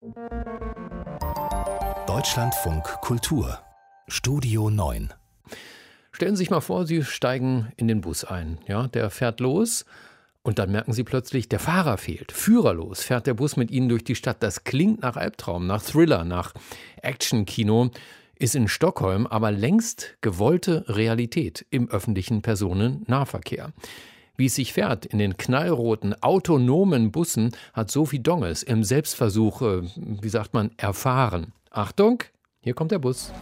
Deutschlandfunk Kultur Studio 9. Stellen Sie sich mal vor, Sie steigen in den Bus ein. Ja, der fährt los und dann merken Sie plötzlich, der Fahrer fehlt. Führerlos fährt der Bus mit Ihnen durch die Stadt. Das klingt nach Albtraum, nach Thriller, nach Actionkino. Ist in Stockholm aber längst gewollte Realität im öffentlichen Personennahverkehr. Wie es sich fährt in den knallroten, autonomen Bussen, hat Sophie Donges im Selbstversuch, erfahren. Achtung, hier kommt der Bus.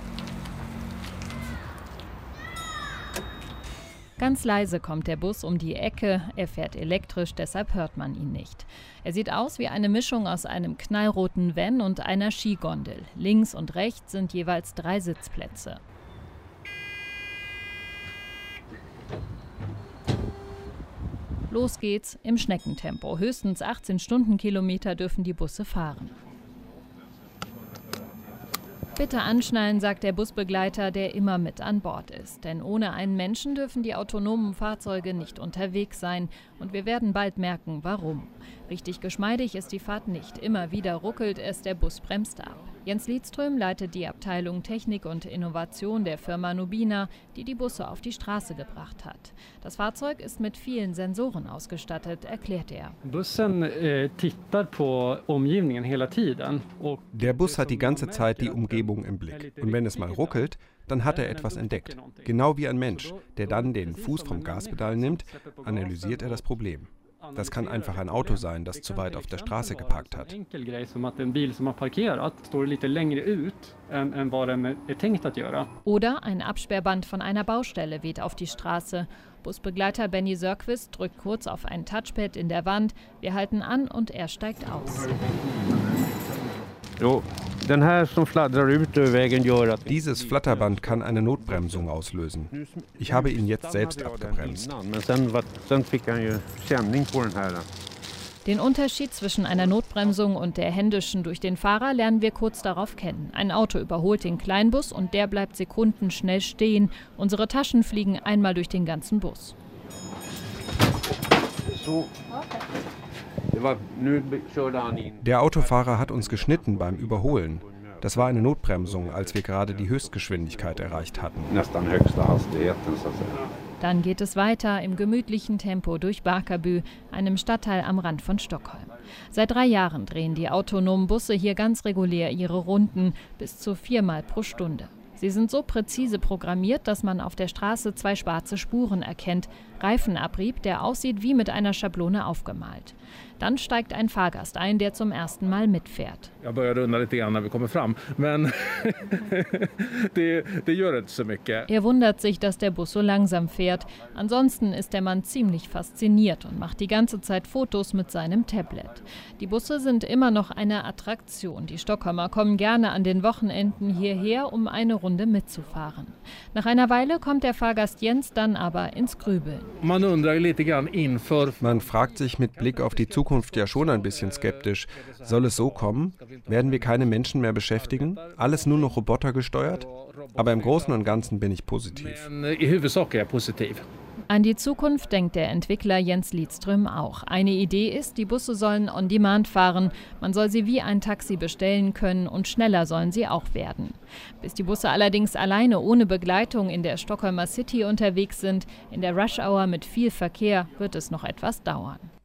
Ganz leise kommt der Bus um die Ecke, er fährt elektrisch, deshalb hört man ihn nicht. Er sieht aus wie eine Mischung aus einem knallroten Van und einer Skigondel. Links und rechts sind jeweils 3 Sitzplätze. Los geht's im Schneckentempo. Höchstens 18 Stundenkilometer dürfen die Busse fahren. Bitte anschnallen, sagt der Busbegleiter, der immer mit an Bord ist. Denn ohne einen Menschen dürfen die autonomen Fahrzeuge nicht unterwegs sein. Und wir werden bald merken, warum. Richtig geschmeidig ist die Fahrt nicht. Immer wieder ruckelt es, der Bus bremst ab. Jens Lidström leitet die Abteilung Technik und Innovation der Firma Nobina, die die Busse auf die Straße gebracht hat. Das Fahrzeug ist mit vielen Sensoren ausgestattet, erklärt er. Der Bus hat die ganze Zeit die Umgebung im Blick. Und wenn es mal ruckelt, dann hat er etwas entdeckt. Genau wie ein Mensch, der dann den Fuß vom Gaspedal nimmt, analysiert er das Problem. Das kann einfach ein Auto sein, das zu weit auf der Straße geparkt hat. Oder ein Absperrband von einer Baustelle weht auf die Straße. Busbegleiter Benny Sörquist drückt kurz auf ein Touchpad in der Wand. Wir halten an und er steigt aus. Dieses Flatterband kann eine Notbremsung auslösen. Ich habe ihn jetzt selbst abgebremst. Den Unterschied zwischen einer Notbremsung und der händischen durch den Fahrer lernen wir kurz darauf kennen. Ein Auto überholt den Kleinbus und der bleibt Sekunden schnell stehen. Unsere Taschen fliegen einmal durch den ganzen Bus. Der Autofahrer hat uns geschnitten beim Überholen. Das war eine Notbremsung, als wir gerade die Höchstgeschwindigkeit erreicht hatten. Dann geht es weiter im gemütlichen Tempo durch Barkarby, einem Stadtteil am Rand von Stockholm. Seit 3 Jahren drehen die autonomen Busse hier ganz regulär ihre Runden, bis zu 4-mal pro Stunde. Sie sind so präzise programmiert, dass man auf der Straße 2 schwarze Spuren erkennt. Reifenabrieb, der aussieht wie mit einer Schablone aufgemalt. Dann steigt ein Fahrgast ein, der zum ersten Mal mitfährt. Er wundert sich, dass der Bus so langsam fährt. Ansonsten ist der Mann ziemlich fasziniert und macht die ganze Zeit Fotos mit seinem Tablet. Die Busse sind immer noch eine Attraktion. Die Stockholmer kommen gerne an den Wochenenden hierher, um eine Runde mitzufahren. Nach einer Weile kommt der Fahrgast Jens dann aber ins Grübeln. Man fragt sich mit Blick auf die Zukunft ja schon ein bisschen skeptisch. Soll es so kommen? Werden wir keine Menschen mehr beschäftigen? Alles nur noch robotergesteuert? Aber im Großen und Ganzen bin ich positiv. An die Zukunft denkt der Entwickler Jens Lidström auch. Eine Idee ist, die Busse sollen on demand fahren. Man soll sie wie ein Taxi bestellen können und schneller sollen sie auch werden. Bis die Busse allerdings alleine ohne Begleitung in der Stockholmer City unterwegs sind, in der Rush-Hour mit viel Verkehr, wird es noch etwas dauern.